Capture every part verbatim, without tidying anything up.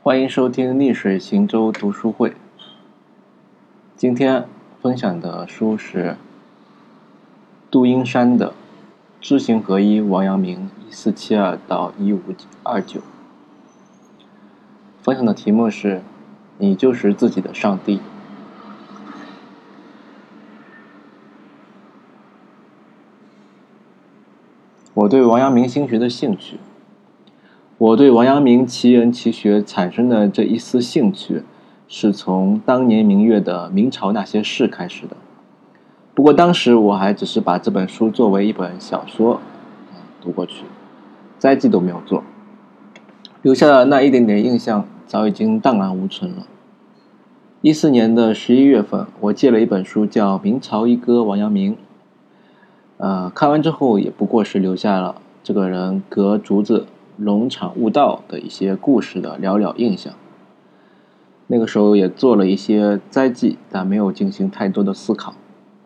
欢迎收听逆水行舟读书会。今天分享的书是杜英山的《知行合一》，王阳明一四七二到一五二九。分享的题目是你就是自己的上帝。我对王阳明心学的兴趣我对王阳明其人其学产生的这一丝兴趣，是从当年明月的《明朝那些事》开始的。不过当时我还只是把这本书作为一本小说读过去，摘记都没有做，留下的那一点点印象早已经荡然无存了。一四年的十一月份，我借了一本书叫《明朝一哥王阳明》，呃，看完之后也不过是留下了这个人隔竹子龙场悟道的一些故事的寥寥印象。那个时候也做了一些摘记，但没有进行太多的思考。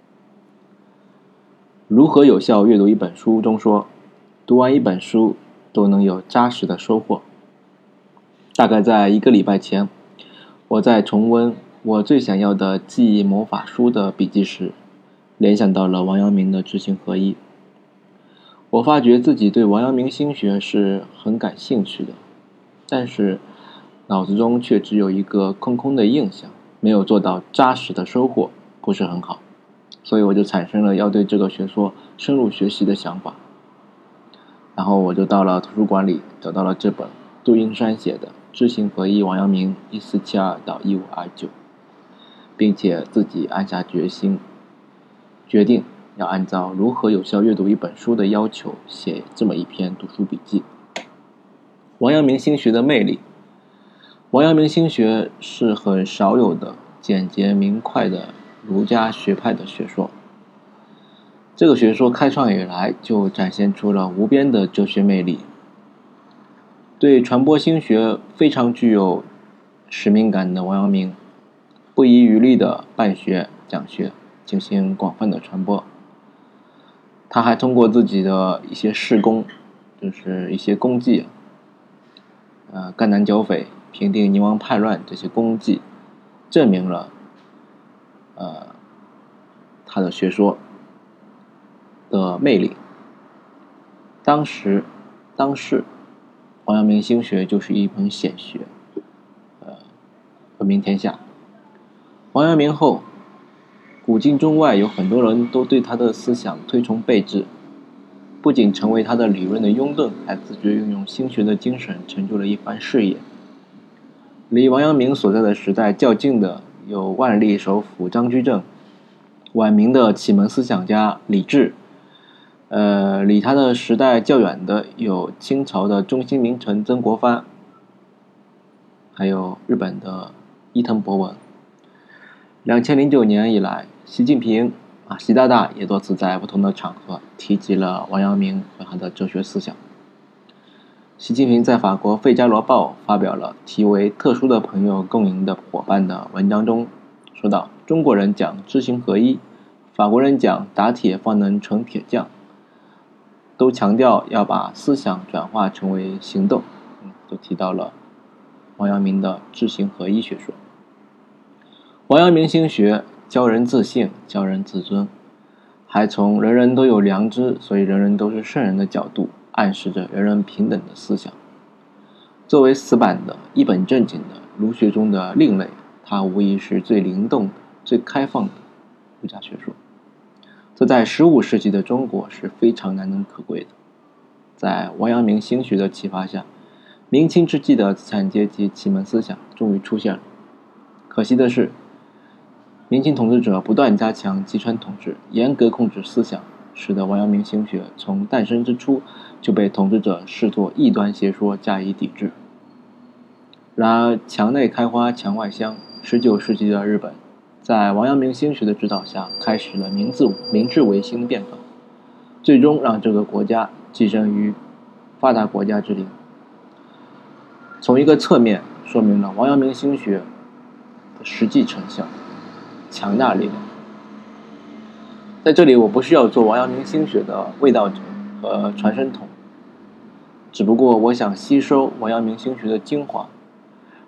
如何有效阅读一本书中说，读完一本书都能有扎实的收获。大概在一个礼拜前，我在重温我最想要的记忆魔法书的笔记时，联想到了王阳明的知行合一。我发觉自己对王阳明心学是很感兴趣的，但是脑子中却只有一个空空的印象，没有做到扎实的收获，不是很好。所以我就产生了要对这个学说深入学习的想法。然后我就到了图书馆里，找到了这本杜英山写的《知行合一王阳明一四七二到一五二九》，并且自己暗下决心，决定要按照如何有效阅读一本书的要求写这么一篇读书笔记。王阳明心学的魅力。王阳明心学是很少有的简洁明快的儒家学派的学说。这个学说开创以来就展现出了无边的哲学魅力，对传播心学非常具有使命感的王阳明，不遗余力的办学讲学，进行广泛的传播。他还通过自己的一些事功，就是一些功绩，呃，赣南剿匪、平定宁王叛乱这些功绩，证明了，呃，他的学说的魅力。当时，当时，王阳明心学就是一门显学，呃，闻名天下。王阳明后，古今中外有很多人都对他的思想推崇备至，不仅成为他的理论的拥趸，还自觉运用心学的精神成就了一番事业。离王阳明所在的时代较近的有万历首辅张居正，晚明的启蒙思想家李治，呃，离他的时代较远的有清朝的中兴名臣曾国藩，还有日本的伊藤博文。两千零九年以来，习近平啊，习大大也多次在不同的场合提及了王阳明和他的哲学思想。习近平在法国《费加罗报》发表了题为《特殊的朋友共赢的伙伴》的文章中说道，中国人讲知行合一，法国人讲打铁方能成铁匠，都强调要把思想转化成为行动，嗯，就提到了王阳明的知行合一学说。王阳明心学教人自信，教人自尊，还从人人都有良知，所以人人都是圣人的角度暗示着人人平等的思想。作为死板的一本正经的儒学中的另类，它无疑是最灵动最开放的儒家学说。这在十五世纪的中国是非常难能可贵的。在王阳明心学的启发下，明清之际的资产阶级启蒙思想终于出现了。可惜的是，明清统治者不断加强集权统治，严格控制思想，使得王阳明心学从诞生之初就被统治者视作异端邪说加以抵制。然而墙内开花墙外香，十九世纪的日本在王阳明心学的指导下开始了明治明治维新的变法，最终让这个国家跻身于发达国家之林。从一个侧面说明了王阳明心学的实际成效，强大力量。在这里我不需要做王阳明心学的卫道者和传声筒，只不过我想吸收王阳明心学的精华，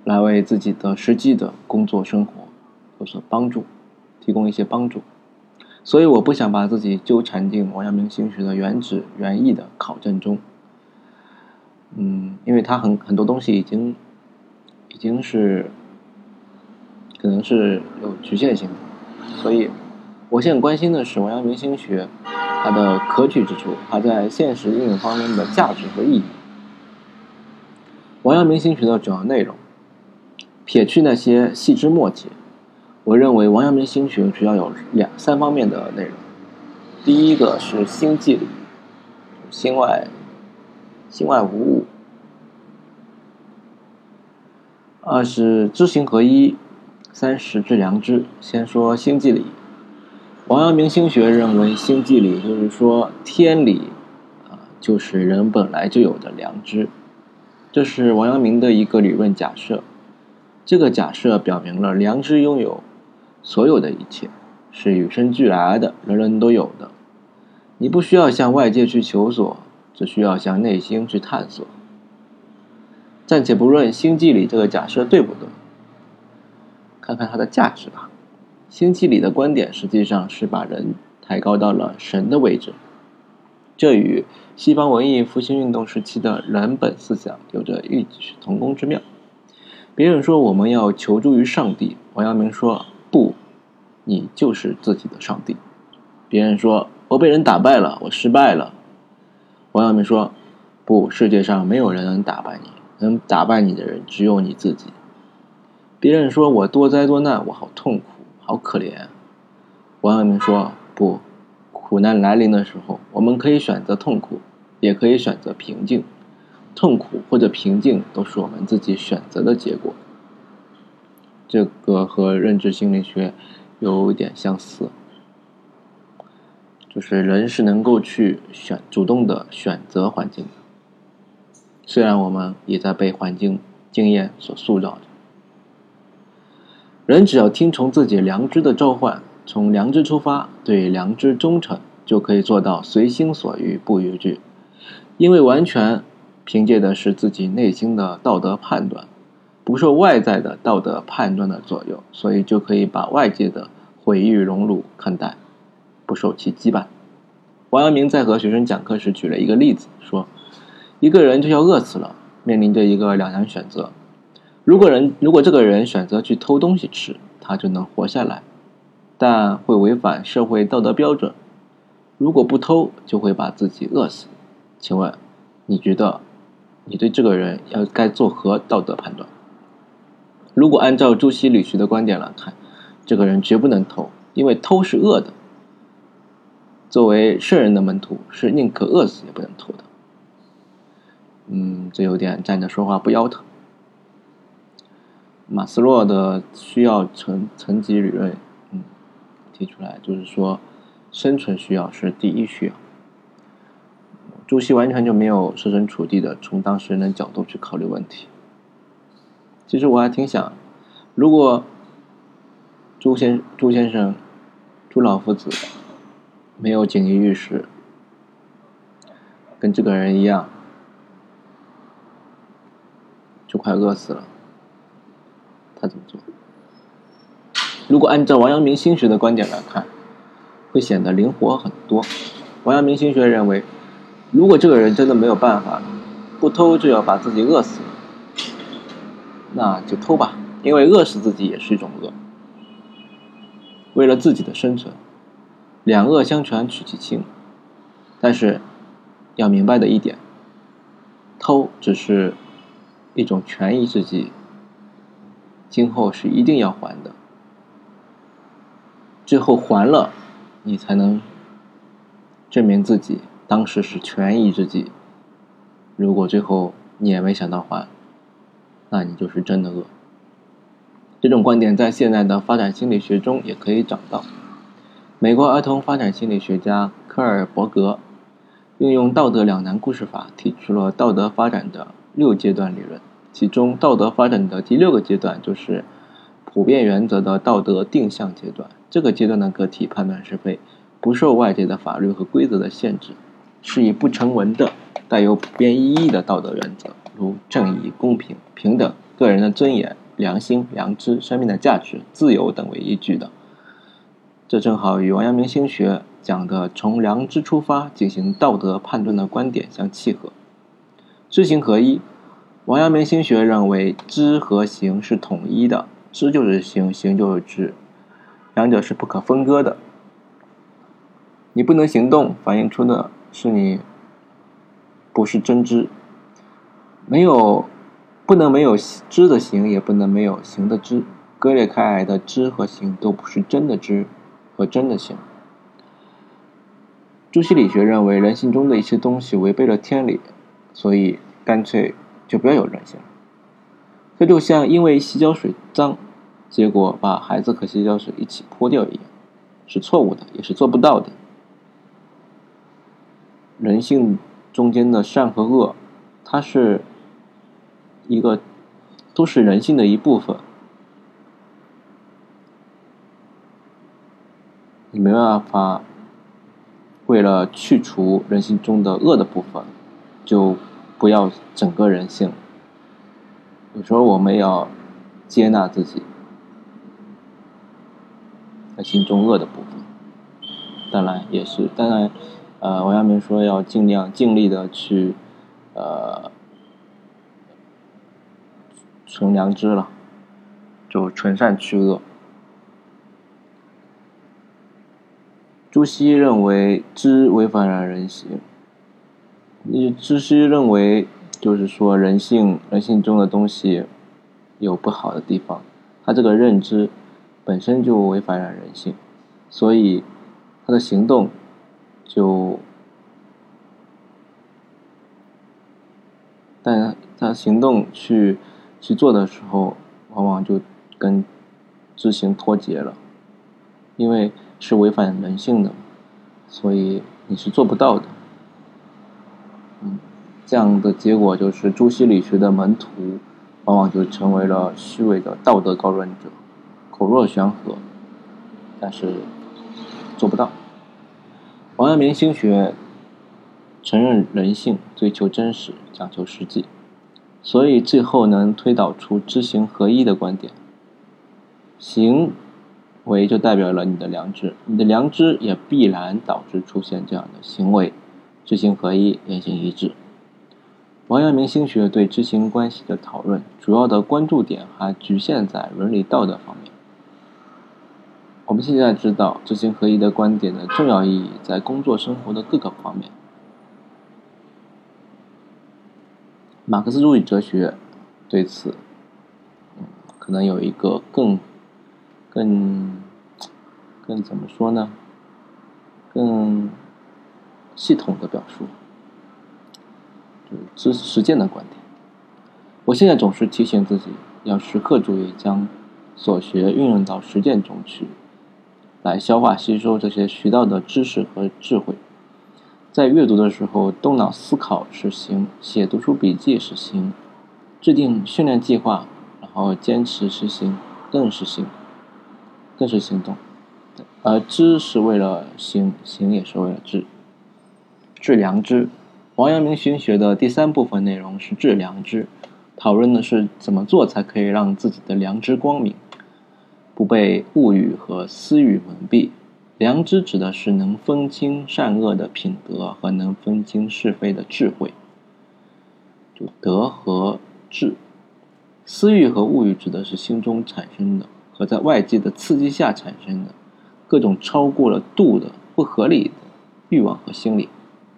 来为自己的实际的工作生活有所帮助，提供一些帮助。所以我不想把自己纠缠进王阳明心学的原旨原意的考证中。嗯，因为它很很多东西已经已经是可能是有局限性的，所以我现在关心的是王阳明心学它的可取之处，它在现实应用方面的价值和意义。王阳明心学的主要内容，撇去那些细枝末节，我认为王阳明心学主要有两三方面的内容。第一个是心即理，心外心外无物；二是知行合一；三是致良知。先说心即理。王阳明心学认为心即理就是说天理啊，就是人本来就有的良知，这是王阳明的一个理论假设。这个假设表明了良知拥有所有的一切，是与生俱来的，人人都有的。你不需要向外界去求索，只需要向内心去探索。暂且不论心即理这个假设对不对，看看它的价值吧。心即理的观点实际上是把人抬高到了神的位置，这与西方文艺复兴运动时期的人本思想有着异曲同工之妙。别人说我们要求助于上帝，王阳明说不，你就是自己的上帝。别人说我被人打败了，我失败了，王阳明说不，世界上没有人能打败你，能打败你的人只有你自己。别人说我多灾多难，我好痛苦，好可怜，王阳明说不，苦难来临的时候，我们可以选择痛苦，也可以选择平静，痛苦或者平静都是我们自己选择的结果。这个和认知心理学有点相似，就是人是能够去选主动的选择环境的，虽然我们也在被环境经验所塑造着。人只要听从自己良知的召唤，从良知出发，对良知忠诚，就可以做到随心所欲不逾矩。因为完全凭借的是自己内心的道德判断，不受外在的道德判断的左右，所以就可以把外界的毁誉荣辱看待，不受其羁绊。王阳明在和学生讲课时举了一个例子，说一个人就要饿死了，面临着一个两难选择。如果人如果这个人选择去偷东西吃，他就能活下来，但会违反社会道德标准；如果不偷，就会把自己饿死。请问你觉得你对这个人要该做何道德判断？如果按照朱熹、吕徐的观点来看，这个人绝不能偷，因为偷是恶的。作为圣人的门徒，是宁可饿死也不能偷的。嗯，这有点站着说话不腰疼。马斯洛的需要层层级理论，嗯，提出来就是说，生存需要是第一需要。朱熹完全就没有设身处地的从当事人的角度去考虑问题。其实我还挺想，如果朱先朱先生、朱老夫子没有锦衣玉食，跟这个人一样，就快饿死了，他怎么做？如果按照王阳明心学的观点来看，会显得灵活很多。王阳明心学认为，如果这个人真的没有办法，不偷就要把自己饿死了，那就偷吧，因为饿死自己也是一种恶。为了自己的生存，两恶相权取其轻。但是要明白的一点，偷只是一种权宜之计，今后是一定要还的。最后还了，你才能证明自己当时是权宜之计。如果最后你也没想到还，那你就是真的恶。这种观点在现在的发展心理学中也可以找到。美国儿童发展心理学家科尔伯格运用道德两难故事法，提出了道德发展的六阶段理论。其中道德发展的第六个阶段就是普遍原则的道德定向阶段。这个阶段的个体判断是非，不受外界的法律和规则的限制，是以不成文的带有普遍意义的道德原则，如正义、公平、平等个人的尊严、良心、良知、生命的价值、自由等为依据的。这正好与王阳明心学讲的从良知出发进行道德判断的观点相契合。知行合一，王阳明心学认为知和行是统一的，知就是行，行就是知，两者是不可分割的。你不能行动，反映出的是你不是真知。没有不能没有知的行，也不能没有行的知，割裂开来的知和行都不是真的知和真的行。朱熹理学认为人性中的一些东西违背了天理，所以干脆就不要有人性了。这就像因为洗脚水脏，结果把孩子和洗脚水一起泼掉一样，是错误的，也是做不到的。人性中间的善和恶，它是一个都是人性的一部分，你没办法为了去除人性中的恶的部分，就不要整个人性。有时候我们要接纳自己人性中恶的部分，当然也是，当然，呃，王阳明说要尽量尽力的去，呃，纯良知了，就纯善去恶。朱熹认为知违反了人性，朱熹认为就是说人性人性中的东西有不好的地方，他这个认知本身就违反了人性，所以他的行动就，但他行动去去做的时候，往往就跟知行脱节了，因为是违反人性的，所以你是做不到的。嗯，这样的结果就是朱熹理学的门徒往往就成为了虚伪的道德高论者，口若悬河，但是做不到。王阳明心学承认人性，追求真实，讲求实际，所以最后能推导出知行合一的观点。行为就代表了你的良知，你的良知也必然导致出现这样的行为，知行合一，言行一致。王阳明心学对知行关系的讨论，主要的关注点还局限在伦理道德方面。我们现在知道知行合一的观点的重要意义在工作生活的各个方面。马克思主义哲学对此、嗯、可能有一个更更更怎么说呢更系统的表述，就是实践的观点。我现在总是提醒自己要时刻注意将所学运用到实践中去，来消化吸收这些学到的知识和智慧。在阅读的时候，动脑思考是行，写读书笔记是行，制定训练计划，然后坚持实行更是行，更是行动。而知是为了行，行也是为了治。治良知，王阳明心学的第三部分内容是治良知，讨论的是怎么做才可以让自己的良知光明，不被物欲和私欲蒙蔽。良知指的是能分清善恶的品德和能分清是非的智慧，就德和智。私欲和物欲指的是心中产生的和在外界的刺激下产生的各种超过了度的不合理的欲望和心理。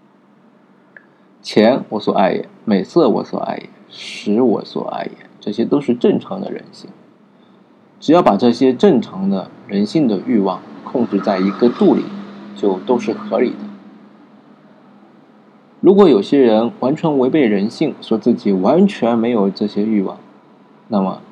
钱我所爱也，美色我所爱也，食我所爱也，这些都是正常的人性。只要把这些正常的人性的欲望控制在一个度里，就都是合理的。如果有些人完全违背人性，说自己完全没有这些欲望，那么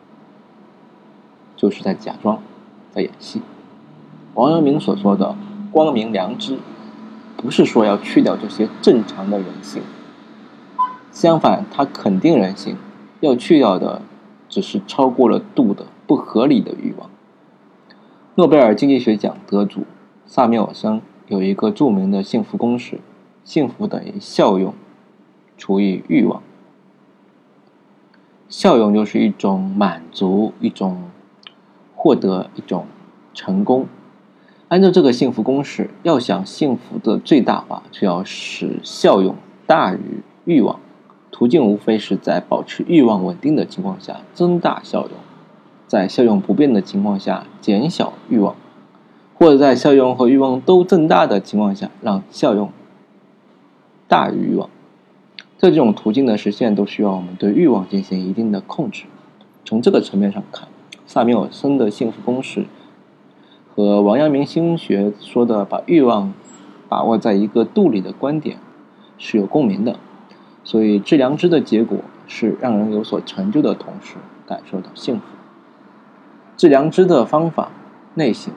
就是在假装，在演戏。王阳明所说的光明良知，不是说要去掉这些正常的人性，相反，他肯定人性，要去掉的只是超过了度的不合理的欲望。诺贝尔经济学奖得主萨缪尔森有一个著名的幸福公式：幸福等于效用除以欲望。 效用就是一种满足，一种获得，一种成功。按照这个幸福公式，要想幸福的最大化，就要使效用大于欲望。途径无非是在保持欲望稳定的情况下增大效用，在效用不变的情况下减小欲望，或者在效用和欲望都增大的情况下让效用大于欲望。这种途径的实现都需要我们对欲望进行一定的控制。从这个层面上看，萨缪尔森的幸福公式和王阳明心学说的把欲望把握在一个度里的观点是有共鸣的。所以致良知的结果是让人有所成就的同时感受到幸福。致良知的方法，内省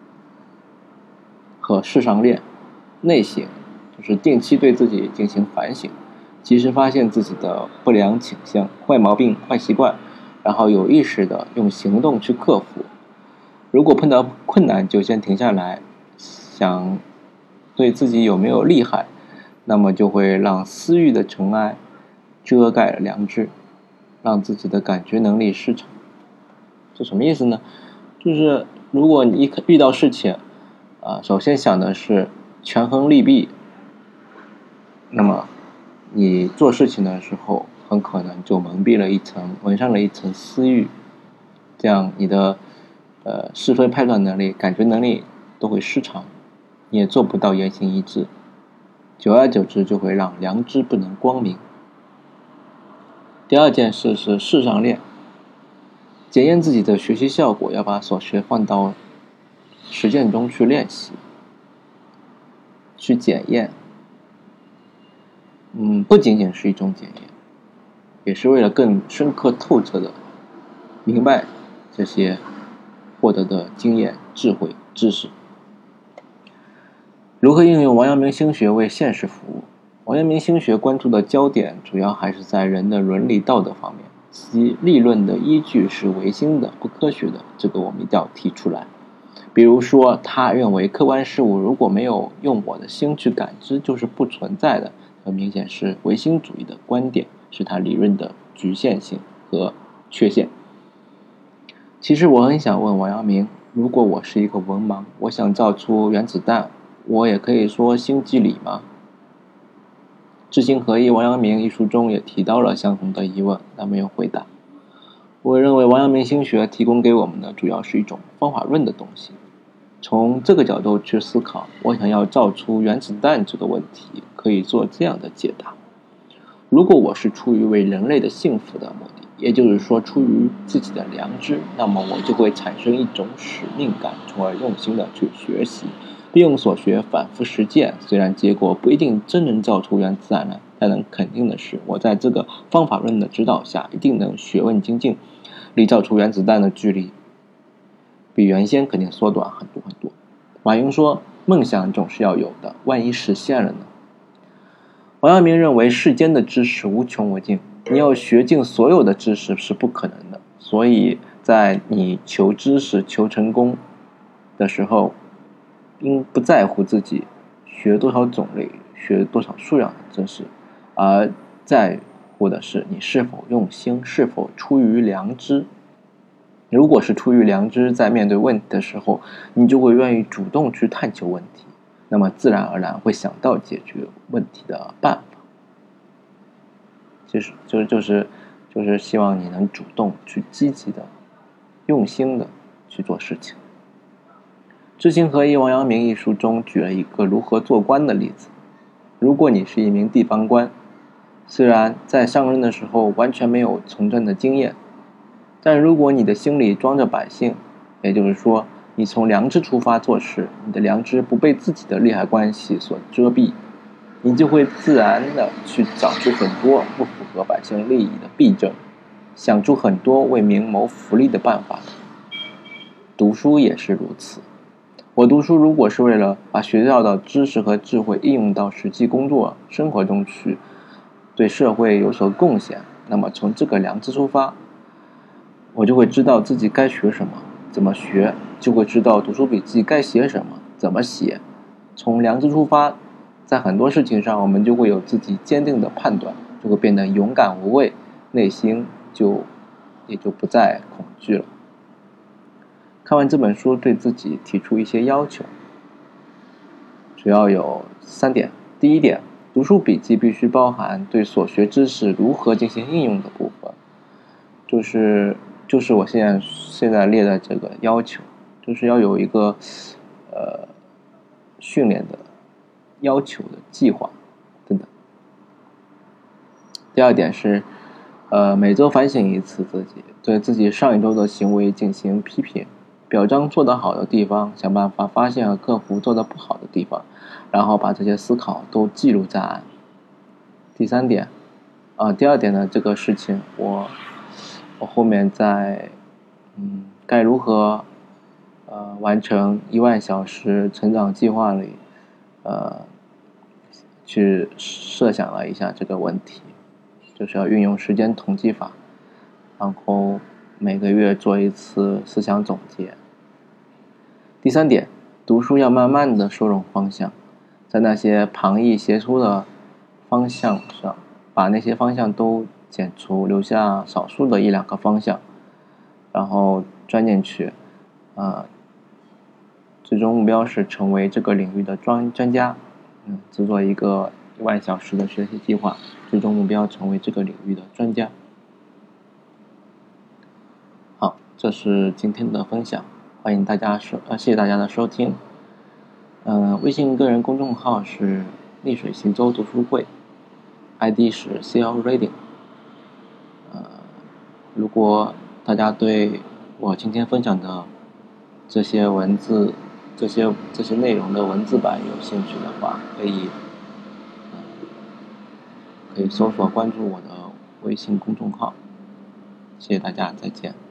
和事上练。内省就是定期对自己进行反省，及时发现自己的不良倾向、坏毛病、坏习惯，然后有意识的用行动去克服。如果碰到困难，就先停下来想对自己有没有利害，那么就会让私欲的尘埃遮盖了良知，让自己的感觉能力失常。这什么意思呢？就是如果你遇到事情啊，首先想的是权衡利弊，那么你做事情的时候很可能就蒙蔽了一层，蒙上了一层私欲，这样你的呃是非判断能力、感觉能力都会失常，你也做不到言行一致，久而久之就会让良知不能光明。第二件事是事上练，检验自己的学习效果，要把所学放到实践中去练习，去检验。嗯，不仅仅是一种检验，也是为了更深刻透彻的明白这些获得的经验、智慧、知识。如何应用王阳明心学为现实服务？王阳明心学关注的焦点主要还是在人的伦理道德方面，其立论的依据是唯心的、不科学的，这个我们一定要提出来。比如说，他认为客观事物如果没有用我的心去感知，就是不存在的，很明显是唯心主义的观点，是他理论的局限性和缺陷。其实我很想问王阳明，如果我是一个文盲，我想造出原子弹，我也可以说心即理吗？知行合一王阳明一书中也提到了相同的疑问，但没有回答。我认为王阳明心学提供给我们的主要是一种方法论的东西。从这个角度去思考，我想要造出原子弹这个问题，可以做这样的解答：如果我是出于为人类的幸福的目的，也就是说出于自己的良知，那么我就会产生一种使命感，从而用心的去学习，并用所学反复实践。虽然结果不一定真能造出原子弹来，但能肯定的是，我在这个方法论的指导下，一定能学问精进，离造出原子弹的距离比原先肯定缩短很多很多。马云说，梦想总是要有的，万一实现了呢？王阳明认为世间的知识无穷无尽，你要学尽所有的知识是不可能的，所以在你求知识、求成功的时候，应不在乎自己学多少种类、学多少数量的知识，而在乎的是你是否用心，是否出于良知。如果是出于良知，在面对问题的时候，你就会愿意主动去探求问题，那么自然而然会想到解决问题的办法。其实就就是就是希望你能主动去积极的、用心的去做事情。知行合一王阳明一书中举了一个如何做官的例子。如果你是一名地方官，虽然在上任的时候完全没有从政的经验，但如果你的心里装着百姓，也就是说你从良知出发做事，你的良知不被自己的利害关系所遮蔽，你就会自然的去找出很多不符合百姓利益的弊政，想出很多为民谋福利的办法。读书也是如此。我读书如果是为了把学到的知识和智慧应用到实际工作生活中去，对社会有所贡献，那么从这个良知出发，我就会知道自己该学什么，怎么学，就会知道读书笔记该写什么，怎么写。从良知出发，在很多事情上我们就会有自己坚定的判断，就会变得勇敢无畏，内心就也就不再恐惧了。看完这本书，对自己提出一些要求，主要有三点。第一点，读书笔记必须包含对所学知识如何进行应用的部分，就是就是我现在现在列的这个要求，就是要有一个呃训练的要求的计划等等。第二点是，呃，每周反省一次自己，对自己上一周的行为进行批评，表彰做得好的地方，想办法发现和克服做得不好的地方，然后把这些思考都记录在案。第三点，啊、呃，第二点呢，这个事情我我后面在嗯该如何呃完成一万小时成长计划里，呃去设想了一下这个问题。就是要运用时间统计法，然后每个月做一次思想总结。第三点，读书要慢慢的收拢方向，在那些旁逸斜出的方向上，把那些方向都剪除，留下少数的一两个方向，然后钻进去。呃，最终目标是成为这个领域的专专家，嗯，制作一个一万小时的学习计划。最终目标成为这个领域的专家。好，这是今天的分享，欢迎大家收，呃，谢谢大家的收听。嗯、呃，微信个人公众号是逆水行舟读书会 ，I D 是 C L Reading。呃，如果大家对我今天分享的这些文字、这些这些内容的文字版有兴趣的话，可以。可以搜索关注我的微信公众号，谢谢大家，再见。